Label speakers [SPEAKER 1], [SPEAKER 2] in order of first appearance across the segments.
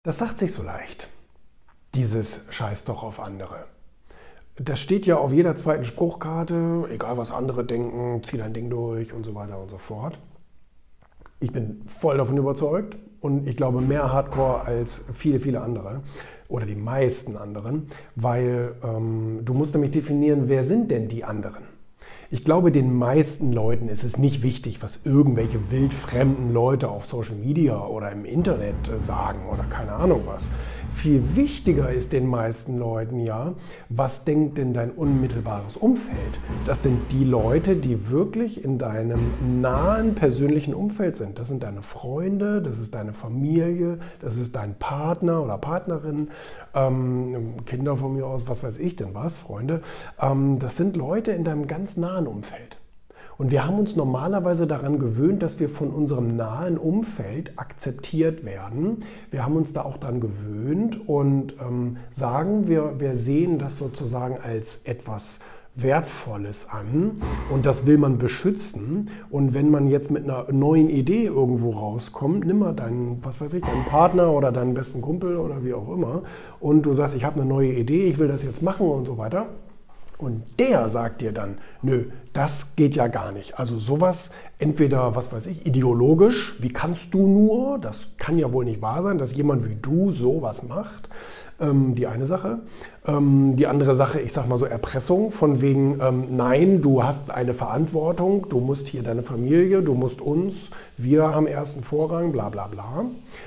[SPEAKER 1] Das sagt sich so leicht, dieses Scheiß doch auf andere. Das steht ja auf jeder zweiten Spruchkarte, egal was andere denken, zieh dein Ding durch und so weiter und so fort. Ich bin voll davon überzeugt und ich glaube mehr Hardcore als viele, viele andere oder die meisten anderen, weil du musst nämlich definieren, wer sind denn die anderen? Ich glaube, den meisten Leuten ist es nicht wichtig, was irgendwelche wildfremden Leute auf Social Media oder im Internet sagen oder keine Ahnung was. Viel wichtiger ist den meisten Leuten ja, was denkt denn dein unmittelbares Umfeld? Das sind die Leute, die wirklich in deinem nahen persönlichen Umfeld sind. Das sind deine Freunde, das ist deine Familie, das ist dein Partner oder Partnerin, Kinder von mir aus, was weiß ich denn was, Freunde. Das sind Leute in deinem ganz nahen Umfeld. Und wir haben uns normalerweise daran gewöhnt, dass wir von unserem nahen Umfeld akzeptiert werden. Wir haben uns da auch daran gewöhnt und sagen, wir sehen das sozusagen als etwas Wertvolles an und das will man beschützen. Und wenn man jetzt mit einer neuen Idee irgendwo rauskommt, nimm mal deinen, was weiß ich, deinen Partner oder deinen besten Kumpel oder wie auch immer und du sagst, ich habe eine neue Idee, ich will das jetzt machen und so weiter. Und der sagt dir dann, nö, das geht ja gar nicht. Also sowas, entweder, was weiß ich, ideologisch, wie kannst du nur, das kann ja wohl nicht wahr sein, dass jemand wie du sowas macht. Die eine Sache. Die andere Sache, ich sag mal so Erpressung, von wegen, nein, du hast eine Verantwortung, du musst hier deine Familie, du musst uns, wir haben ersten Vorrang, bla bla bla.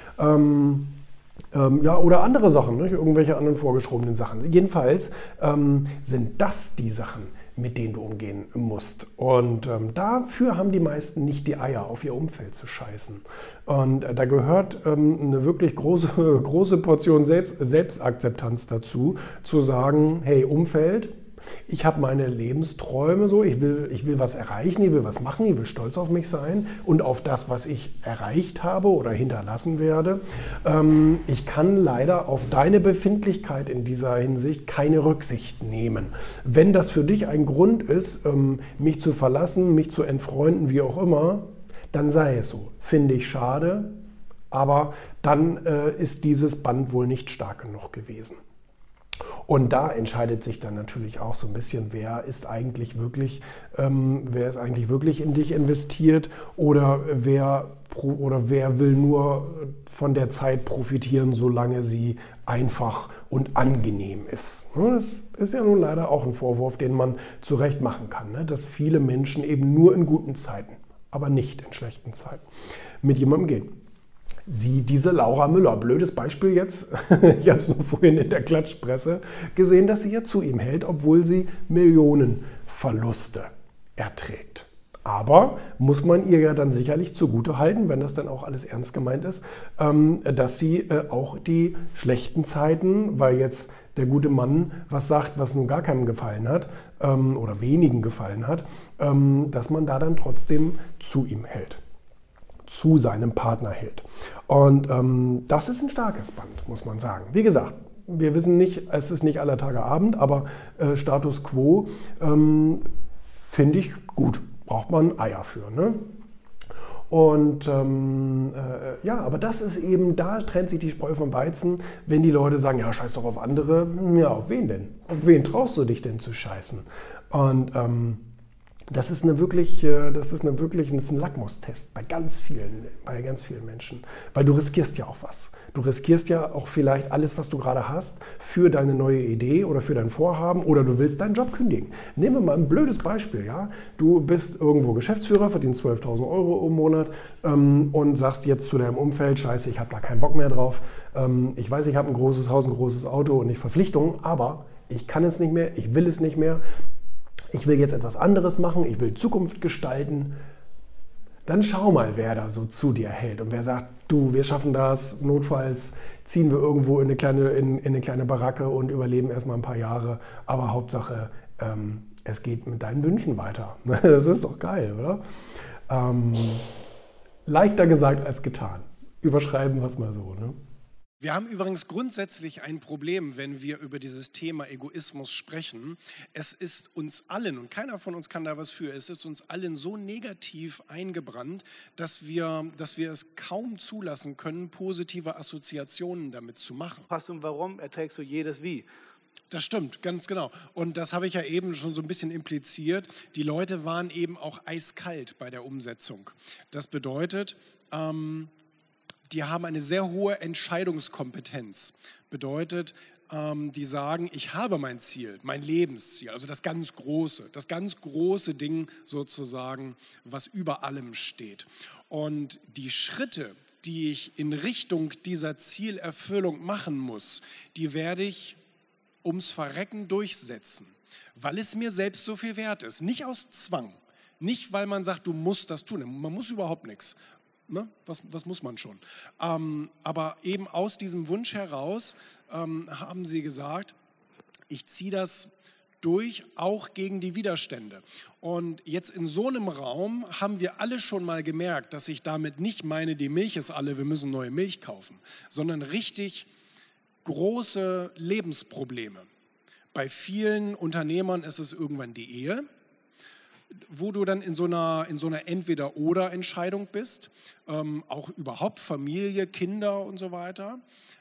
[SPEAKER 1] Ja, oder andere Sachen, ne? Irgendwelche anderen vorgeschobenen Sachen. Jedenfalls sind das die Sachen, mit denen du umgehen musst. Und dafür haben die meisten nicht die Eier, auf ihr Umfeld zu scheißen. Und da gehört eine wirklich große Portion Selbstakzeptanz dazu, zu sagen, hey Umfeld, ich habe meine Lebensträume so, ich will was erreichen, ich will was machen, ich will stolz auf mich sein und auf das, was ich erreicht habe oder hinterlassen werde. Ich kann leider auf deine Befindlichkeit in dieser Hinsicht keine Rücksicht nehmen. Wenn das für dich ein Grund ist, mich zu verlassen, mich zu entfreunden, wie auch immer, dann sei es so. Finde ich schade, aber dann ist dieses Band wohl nicht stark genug gewesen. Und da entscheidet sich dann natürlich auch so ein bisschen, wer ist eigentlich wirklich in dich investiert oder wer will nur von der Zeit profitieren, solange sie einfach und angenehm ist. Das ist ja nun leider auch ein Vorwurf, den man zu Recht machen kann, ne? Dass viele Menschen eben nur in guten Zeiten, aber nicht in schlechten Zeiten mit jemandem gehen. Sieh diese Laura Müller, blödes Beispiel jetzt, ich habe es nur vorhin in der Klatschpresse gesehen, dass sie ja zu ihm hält, obwohl sie Millionenverluste erträgt. Aber muss man ihr ja dann sicherlich zugute halten, wenn das dann auch alles ernst gemeint ist, dass sie auch die schlechten Zeiten, weil jetzt der gute Mann was sagt, was nun gar keinem gefallen hat oder wenigen gefallen hat, dass man da dann trotzdem zu ihm hält. Zu seinem Partner hält. Und das ist ein starkes Band, muss man sagen. Wie gesagt, wir wissen nicht, es ist nicht aller Tage Abend, aber Status Quo finde ich gut. Braucht man Eier für, ne? Und ja, aber das ist eben, da trennt sich die Spreu vom Weizen, wenn die Leute sagen, ja, scheiß doch auf andere. Ja, auf wen denn? Auf wen traust du dich denn zu scheißen? Und das ist ein Lackmustest bei ganz vielen Menschen. Weil du riskierst ja auch was. Du riskierst ja auch vielleicht alles, was du gerade hast, für deine neue Idee oder für dein Vorhaben oder du willst deinen Job kündigen. Nehmen wir mal ein blödes Beispiel. Ja? Du bist irgendwo Geschäftsführer, verdienst 12.000 € im Monat und sagst jetzt zu deinem Umfeld, scheiße, ich habe da keinen Bock mehr drauf. Ich weiß, ich habe ein großes Haus, ein großes Auto und nicht Verpflichtungen, aber ich kann es nicht mehr, ich will es nicht mehr. Ich will jetzt etwas anderes machen, ich will Zukunft gestalten, dann schau mal, wer da so zu dir hält und wer sagt, du, wir schaffen das, notfalls ziehen wir irgendwo in eine kleine Baracke und überleben erstmal ein paar Jahre, aber Hauptsache, es geht mit deinen Wünschen weiter. Das ist doch geil, oder? Leichter gesagt als getan. Überschreiben wir es mal so, ne?
[SPEAKER 2] Wir haben übrigens grundsätzlich ein Problem, wenn wir über dieses Thema Egoismus sprechen. Es ist uns allen, und keiner von uns kann da was für, es ist uns allen so negativ eingebrannt, dass wir es kaum zulassen können, positive Assoziationen damit zu machen.
[SPEAKER 3] Hast und warum erträgst du jedes Wie?
[SPEAKER 2] Das stimmt, ganz genau. Und das habe ich ja eben schon so ein bisschen impliziert. Die Leute waren eben auch eiskalt bei der Umsetzung. Das bedeutet, die haben eine sehr hohe Entscheidungskompetenz. Bedeutet, die sagen, ich habe mein Ziel, mein Lebensziel, also das ganz große Ding sozusagen, was über allem steht. Und die Schritte, die ich in Richtung dieser Zielerfüllung machen muss, die werde ich ums Verrecken durchsetzen, weil es mir selbst so viel wert ist. Nicht aus Zwang, nicht weil man sagt, du musst das tun. Man muss überhaupt nichts. Ne? Was muss man schon? Aber eben aus diesem Wunsch heraus haben sie gesagt, ich ziehe das durch, auch gegen die Widerstände. Und jetzt in so einem Raum haben wir alle schon mal gemerkt, dass ich damit nicht meine, die Milch ist alle, wir müssen neue Milch kaufen, sondern richtig große Lebensprobleme. Bei vielen Unternehmern ist es irgendwann die Ehe, wo du dann in so einer Entweder-oder-Entscheidung bist, auch überhaupt Familie, Kinder und so weiter,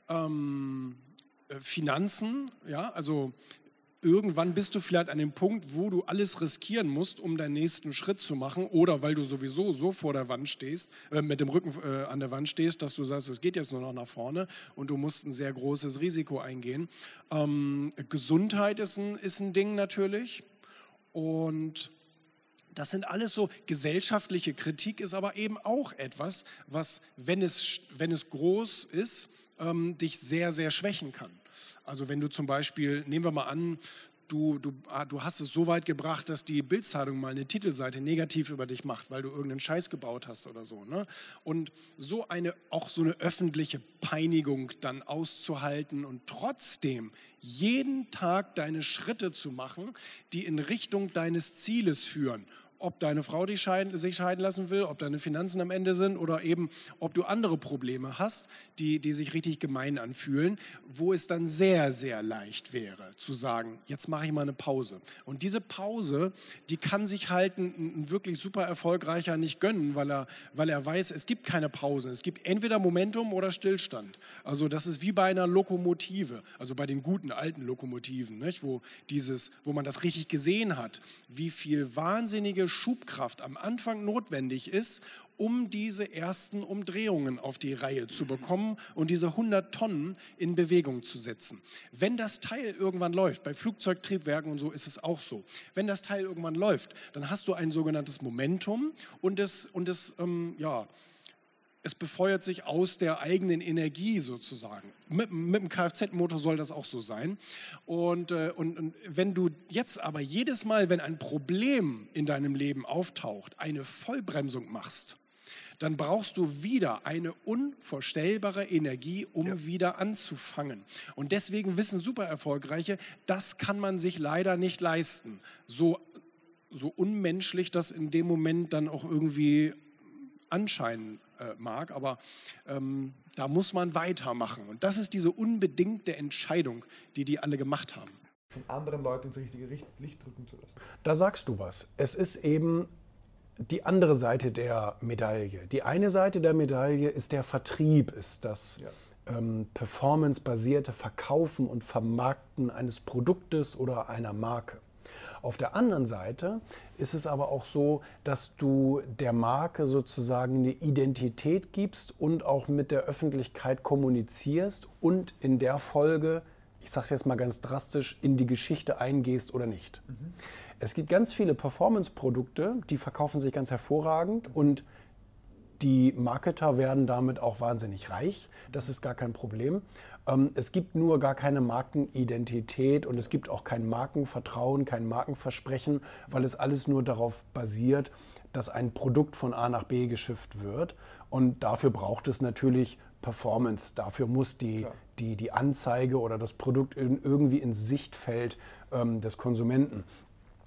[SPEAKER 2] Finanzen, ja, also irgendwann bist du vielleicht an dem Punkt, wo du alles riskieren musst, um deinen nächsten Schritt zu machen, oder weil du sowieso so vor der Wand stehst, mit dem Rücken an der Wand stehst, dass du sagst, es geht jetzt nur noch nach vorne und du musst ein sehr großes Risiko eingehen. Gesundheit ist ein Ding natürlich, und das sind alles so, gesellschaftliche Kritik ist aber eben auch etwas, was, wenn es groß ist, dich sehr, sehr schwächen kann. Also wenn du zum Beispiel, nehmen wir mal an, du hast es so weit gebracht, dass die Bild-Zeitung mal eine Titelseite negativ über dich macht, weil du irgendeinen Scheiß gebaut hast oder so. Ne? Und auch so eine öffentliche Peinigung dann auszuhalten und trotzdem jeden Tag deine Schritte zu machen, die in Richtung deines Zieles führen. Ob deine Frau sich scheiden lassen will, ob deine Finanzen am Ende sind oder eben, ob du andere Probleme hast, die sich richtig gemein anfühlen, wo es dann sehr, sehr leicht wäre zu sagen, jetzt mache ich mal eine Pause. Und diese Pause, die kann sich halt ein wirklich super erfolgreicher nicht gönnen, weil er weiß, es gibt keine Pause. Es gibt entweder Momentum oder Stillstand. Also das ist wie bei einer Lokomotive, also bei den guten alten Lokomotiven, nicht? Wo man das richtig gesehen hat, wie viel wahnsinnige Schubkraft am Anfang notwendig ist, um diese ersten Umdrehungen auf die Reihe zu bekommen und diese 100 Tonnen in Bewegung zu setzen. Wenn das Teil irgendwann läuft, bei Flugzeugtriebwerken und so ist es auch so, wenn das Teil irgendwann läuft, dann hast du ein sogenanntes Momentum und es befeuert sich aus der eigenen Energie sozusagen. Mit dem Kfz-Motor soll das auch so sein. Und wenn du jetzt aber jedes Mal, wenn ein Problem in deinem Leben auftaucht, eine Vollbremsung machst, dann brauchst du wieder eine unvorstellbare Energie, um wieder anzufangen. Und deswegen wissen super Erfolgreiche, das kann man sich leider nicht leisten. So unmenschlich das in dem Moment dann auch irgendwie anscheinen mag, aber da muss man weitermachen. Und das ist diese unbedingte Entscheidung, die alle gemacht haben.
[SPEAKER 3] Von anderen Leuten ins richtige Licht drücken zu lassen.
[SPEAKER 1] Da sagst du was. Es ist eben die andere Seite der Medaille. Die eine Seite der Medaille ist der Vertrieb, ist das performancebasierte Verkaufen und Vermarkten eines Produktes oder einer Marke. Auf der anderen Seite ist es aber auch so, dass du der Marke sozusagen eine Identität gibst und auch mit der Öffentlichkeit kommunizierst und in der Folge, ich sage es jetzt mal ganz drastisch, in die Geschichte eingehst oder nicht. Mhm. Es gibt ganz viele Performance-Produkte, die verkaufen sich ganz hervorragend und die Marketer werden damit auch wahnsinnig reich. Das ist gar kein Problem. Es gibt nur gar keine Markenidentität und es gibt auch kein Markenvertrauen, kein Markenversprechen, weil es alles nur darauf basiert, dass ein Produkt von A nach B geschifft wird. Und dafür braucht es natürlich Performance. Dafür muss die Anzeige oder das Produkt irgendwie ins Sichtfeld des Konsumenten.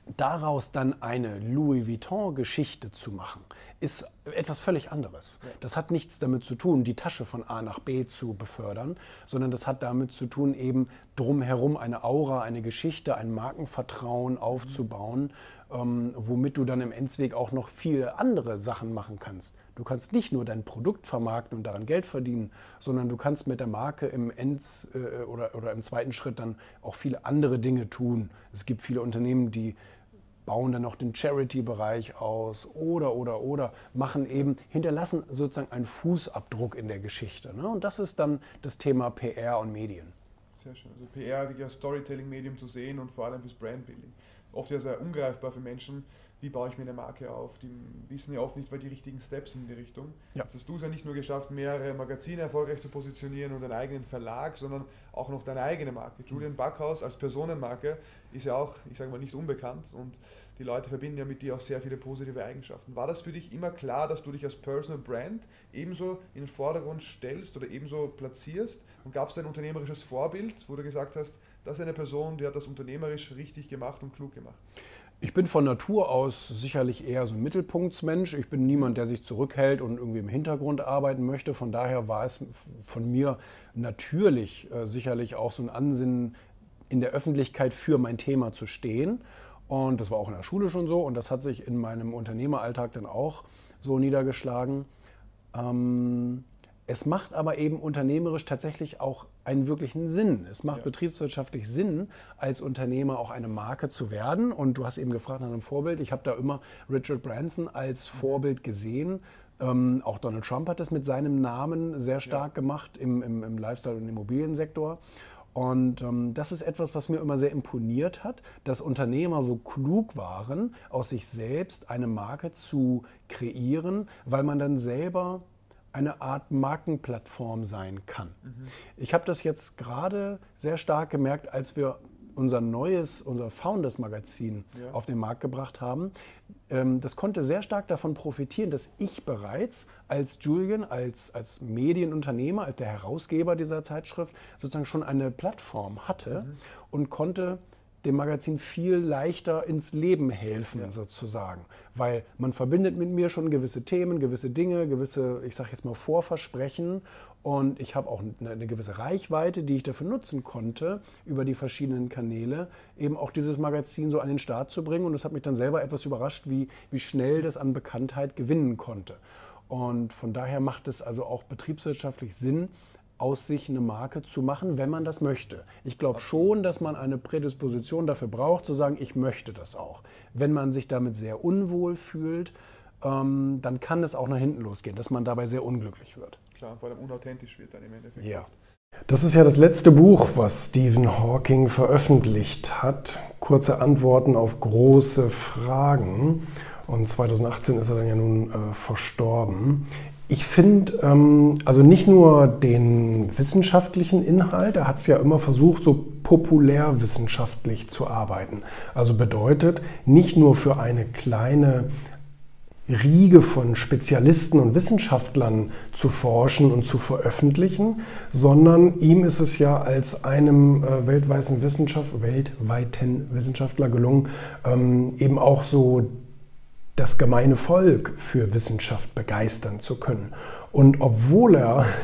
[SPEAKER 1] Daraus dann eine Louis Vuitton-Geschichte zu machen, ist etwas völlig anderes. Ja. Das hat nichts damit zu tun, die Tasche von A nach B zu befördern, sondern das hat damit zu tun, eben drumherum eine Aura, eine Geschichte, ein Markenvertrauen aufzubauen, womit du dann im Endzweg auch noch viele andere Sachen machen kannst. Du kannst nicht nur dein Produkt vermarkten und daran Geld verdienen, sondern du kannst mit der Marke im oder im zweiten Schritt dann auch viele andere Dinge tun. Es gibt viele Unternehmen, die bauen dann noch den Charity-Bereich aus oder machen eben, hinterlassen sozusagen einen Fußabdruck in der Geschichte. Ne? Und das ist dann das Thema PR und Medien.
[SPEAKER 3] Sehr schön. Also PR wirklich als Storytelling-Medium zu sehen und vor allem fürs Brandbuilding. Oft ja sehr ungreifbar für Menschen, wie baue ich mir eine Marke auf? Die wissen ja oft nicht, weil die richtigen Steps in die Richtung. Ja. Jetzt hast du es ja nicht nur geschafft, mehrere Magazine erfolgreich zu positionieren und einen eigenen Verlag, sondern auch noch deine eigene Marke. Julian Backhaus als Personenmarke ist ja auch, ich sage mal, nicht unbekannt und die Leute verbinden ja mit dir auch sehr viele positive Eigenschaften. War das für dich immer klar, dass du dich als Personal Brand ebenso in den Vordergrund stellst oder ebenso platzierst? Und gab es da ein unternehmerisches Vorbild, wo du gesagt hast, das ist eine Person, die hat das unternehmerisch richtig gemacht und klug gemacht?
[SPEAKER 1] Ich bin von Natur aus sicherlich eher so ein Mittelpunktsmensch. Ich bin niemand, der sich zurückhält und irgendwie im Hintergrund arbeiten möchte. Von daher war es von mir natürlich sicherlich auch so ein Ansinnen, in der Öffentlichkeit für mein Thema zu stehen. Und das war auch in der Schule schon so und das hat sich in meinem Unternehmeralltag dann auch so niedergeschlagen. Es macht aber eben unternehmerisch tatsächlich auch einen wirklichen Sinn. Es macht betriebswirtschaftlich Sinn, als Unternehmer auch eine Marke zu werden. Und du hast eben gefragt nach einem Vorbild. Ich habe da immer Richard Branson als Vorbild gesehen. Auch Donald Trump hat das mit seinem Namen sehr stark gemacht im Lifestyle- und Immobiliensektor. Und das ist etwas, was mir immer sehr imponiert hat, dass Unternehmer so klug waren, aus sich selbst eine Marke zu kreieren, weil man dann selber eine Art Markenplattform sein kann. Ich habe das jetzt gerade sehr stark gemerkt, als wir unser Founders-Magazin auf den Markt gebracht haben. Das konnte sehr stark davon profitieren, dass ich bereits als Julian, als Medienunternehmer, als der Herausgeber dieser Zeitschrift sozusagen schon eine Plattform hatte und konnte dem Magazin viel leichter ins Leben helfen sozusagen, weil man verbindet mit mir schon gewisse Themen, gewisse Dinge, gewisse, ich sage jetzt mal Vorversprechen und ich habe auch eine gewisse Reichweite, die ich dafür nutzen konnte, über die verschiedenen Kanäle eben auch dieses Magazin so an den Start zu bringen und das hat mich dann selber etwas überrascht, wie schnell das an Bekanntheit gewinnen konnte. Und von daher macht es also auch betriebswirtschaftlich Sinn, aus sich eine Marke zu machen, wenn man das möchte. Ich glaube schon, dass man eine Prädisposition dafür braucht, zu sagen, ich möchte das auch. Wenn man sich damit sehr unwohl fühlt, dann kann es auch nach hinten losgehen, dass man dabei sehr unglücklich wird.
[SPEAKER 3] Klar, vor allem unauthentisch wird dann im Endeffekt.
[SPEAKER 1] Ja. Das ist ja das letzte Buch, was Stephen Hawking veröffentlicht hat. Kurze Antworten auf große Fragen. Und 2018 ist er dann ja nun verstorben. Ich finde, also nicht nur den wissenschaftlichen Inhalt, er hat es ja immer versucht, so populärwissenschaftlich zu arbeiten. Also bedeutet, nicht nur für eine kleine Riege von Spezialisten und Wissenschaftlern zu forschen und zu veröffentlichen, sondern ihm ist es ja als einem weltweiten Wissenschaftler gelungen, eben auch so das gemeine Volk für Wissenschaft begeistern zu können. Und obwohl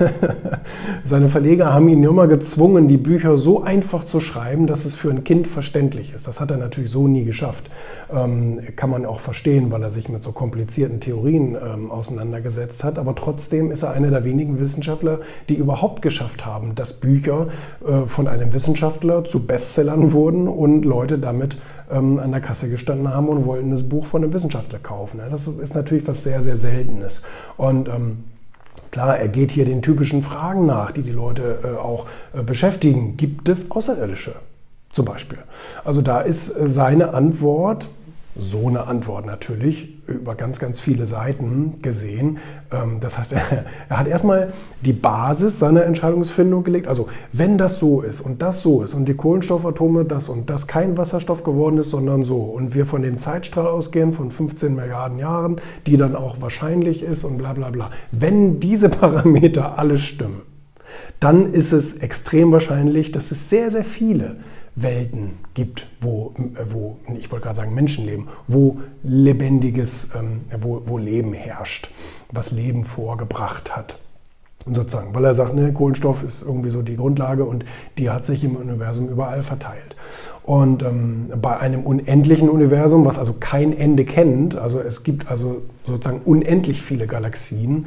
[SPEAKER 1] seine Verleger haben ihn immer gezwungen, die Bücher so einfach zu schreiben, dass es für ein Kind verständlich ist. Das hat er natürlich so nie geschafft. Kann man auch verstehen, weil er sich mit so komplizierten Theorien auseinandergesetzt hat. Aber trotzdem ist er einer der wenigen Wissenschaftler, die überhaupt geschafft haben, dass Bücher von einem Wissenschaftler zu Bestsellern wurden und Leute damit an der Kasse gestanden haben und wollten das Buch von einem Wissenschaftler kaufen. Das ist natürlich was sehr, sehr Seltenes. Und klar, er geht hier den typischen Fragen nach, die Leute auch beschäftigen. Gibt es Außerirdische zum Beispiel? Also da ist seine Antwort, so eine Antwort natürlich, über ganz, ganz viele Seiten gesehen. Das heißt, er hat erstmal die Basis seiner Entscheidungsfindung gelegt. Also wenn das so ist und die Kohlenstoffatome das und das kein Wasserstoff geworden ist, sondern so und wir von dem Zeitstrahl ausgehen von 15 Milliarden Jahren, die dann auch wahrscheinlich ist und bla bla bla. Wenn diese Parameter alle stimmen, dann ist es extrem wahrscheinlich, dass es sehr, sehr viele Welten gibt, wo ich wollte gerade sagen Menschen leben, wo lebendiges, wo Leben herrscht, was Leben vorgebracht hat. Sozusagen, weil er sagt, ne, Kohlenstoff ist irgendwie so die Grundlage und die hat sich im Universum überall verteilt. Und bei einem unendlichen Universum, was also kein Ende kennt, also es gibt also sozusagen unendlich viele Galaxien,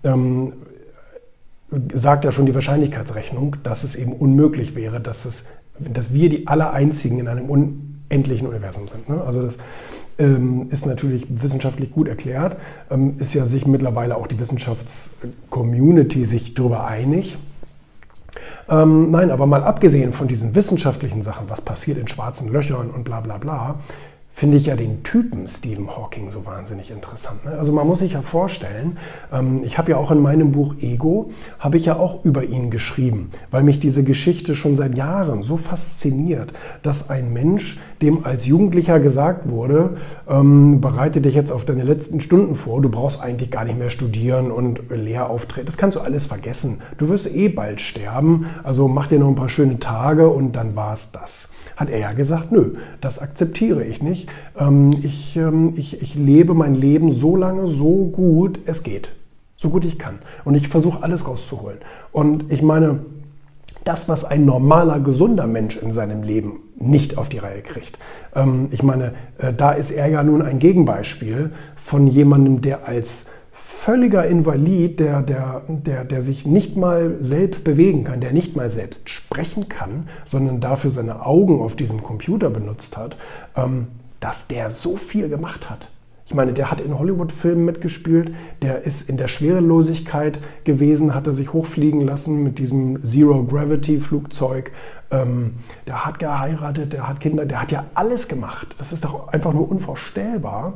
[SPEAKER 1] sagt ja schon die Wahrscheinlichkeitsrechnung, dass es eben unmöglich wäre, dass wir die Allereinzigen in einem unendlichen Universum sind. Ne? Also das ist natürlich wissenschaftlich gut erklärt, ist ja sich mittlerweile auch die Wissenschaftscommunity sich darüber einig. Nein, aber mal abgesehen von diesen wissenschaftlichen Sachen, was passiert in schwarzen Löchern und bla bla bla, finde ich ja den Typen Stephen Hawking so wahnsinnig interessant. Ne? Also man muss sich ja vorstellen, ich habe ja auch in meinem Buch Ego, habe ich ja auch über ihn geschrieben, weil mich diese Geschichte schon seit Jahren so fasziniert, dass ein Mensch, dem als Jugendlicher gesagt wurde, bereite dich jetzt auf deine letzten Stunden vor, du brauchst eigentlich gar nicht mehr studieren und Lehrauftritt, das kannst du alles vergessen. Du wirst eh bald sterben, also mach dir noch ein paar schöne Tage und dann war es das. Hat er ja gesagt, nö, das akzeptiere ich nicht. Ich lebe mein Leben so lange, so gut es geht. So gut ich kann. Und ich versuche alles rauszuholen. Und ich meine, das, was ein normaler, gesunder Mensch in seinem Leben nicht auf die Reihe kriegt. Ich meine, da ist er ja nun ein Gegenbeispiel von jemandem, der als völliger Invalid, der sich nicht mal selbst bewegen kann, der nicht mal selbst sprechen kann, sondern dafür seine Augen auf diesem Computer benutzt hat, dass der so viel gemacht hat. Ich meine, der hat in Hollywood-Filmen mitgespielt, der ist in der Schwerelosigkeit gewesen, hat er sich hochfliegen lassen mit diesem Zero-Gravity-Flugzeug, der hat geheiratet, der hat Kinder, der hat ja alles gemacht. Das ist doch einfach nur unvorstellbar.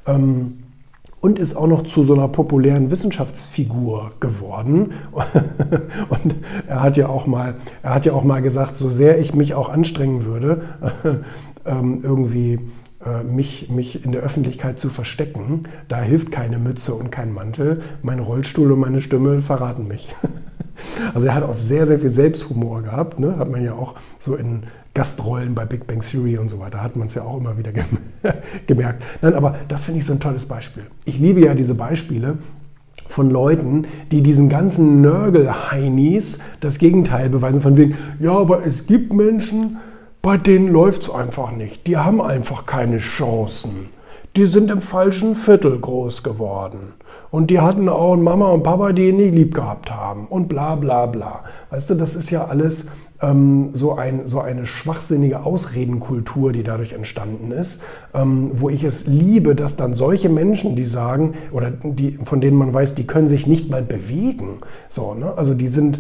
[SPEAKER 1] Und ist auch noch zu so einer populären Wissenschaftsfigur geworden. Und er hat ja auch mal gesagt, so sehr ich mich auch anstrengen würde, irgendwie mich in der Öffentlichkeit zu verstecken, da hilft keine Mütze und kein Mantel. Mein Rollstuhl und meine Stimme verraten mich. Also er hat auch sehr, sehr viel Selbsthumor gehabt, ne? Hat man ja auch so in Gastrollen bei Big Bang Theory und so weiter, hat man es ja auch immer wieder gemerkt. Nein, aber das finde ich so ein tolles Beispiel. Ich liebe ja diese Beispiele von Leuten, die diesen ganzen Nörgel-Heinis das Gegenteil beweisen, von wegen, ja, aber es gibt Menschen, bei denen läuft es einfach nicht. Die haben einfach keine Chancen. Die sind im falschen Viertel groß geworden. Und die hatten auch Mama und Papa, die ihn nie lieb gehabt haben. Und bla bla bla. Weißt du, das ist ja alles so eine schwachsinnige Ausredenkultur, die dadurch entstanden ist, wo ich es liebe, dass dann solche Menschen, die sagen, oder die, von denen man weiß, die können sich nicht mal bewegen. So, ne? Also die sind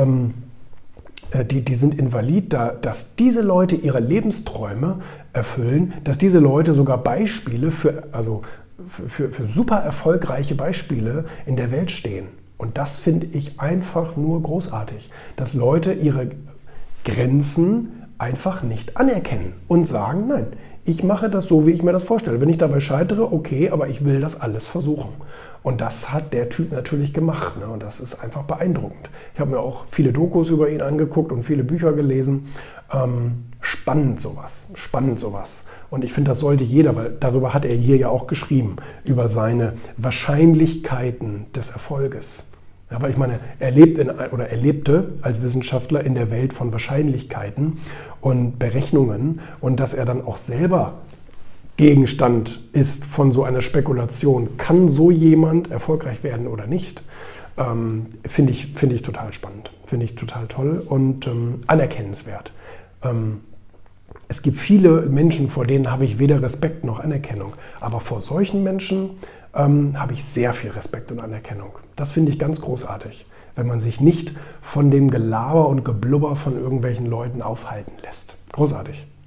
[SPEAKER 1] invalid, dass diese Leute ihre Lebensträume erfüllen, dass diese Leute sogar Beispiele für super erfolgreiche Beispiele in der Welt stehen. Und das finde ich einfach nur großartig, dass Leute ihre Grenzen einfach nicht anerkennen und sagen, nein, ich mache das so, wie ich mir das vorstelle. Wenn ich dabei scheitere, okay, aber ich will das alles versuchen. Und das hat der Typ natürlich gemacht, ne? Und das ist einfach beeindruckend. Ich habe mir auch viele Dokus über ihn angeguckt und viele Bücher gelesen. Spannend sowas. Und ich finde, das sollte jeder, weil darüber hat er hier ja auch geschrieben, über seine Wahrscheinlichkeiten des Erfolges. Aber ich meine, er lebte als Wissenschaftler in der Welt von Wahrscheinlichkeiten und Berechnungen und dass er dann auch selber Gegenstand ist von so einer Spekulation, kann so jemand erfolgreich werden oder nicht, finde ich total spannend, finde ich total toll und anerkennenswert. Es gibt viele Menschen, vor denen habe ich weder Respekt noch Anerkennung, aber vor solchen Menschen habe ich sehr viel Respekt und Anerkennung. Das finde ich ganz großartig, wenn man sich nicht von dem Gelaber und Geblubber von irgendwelchen Leuten aufhalten lässt. Großartig.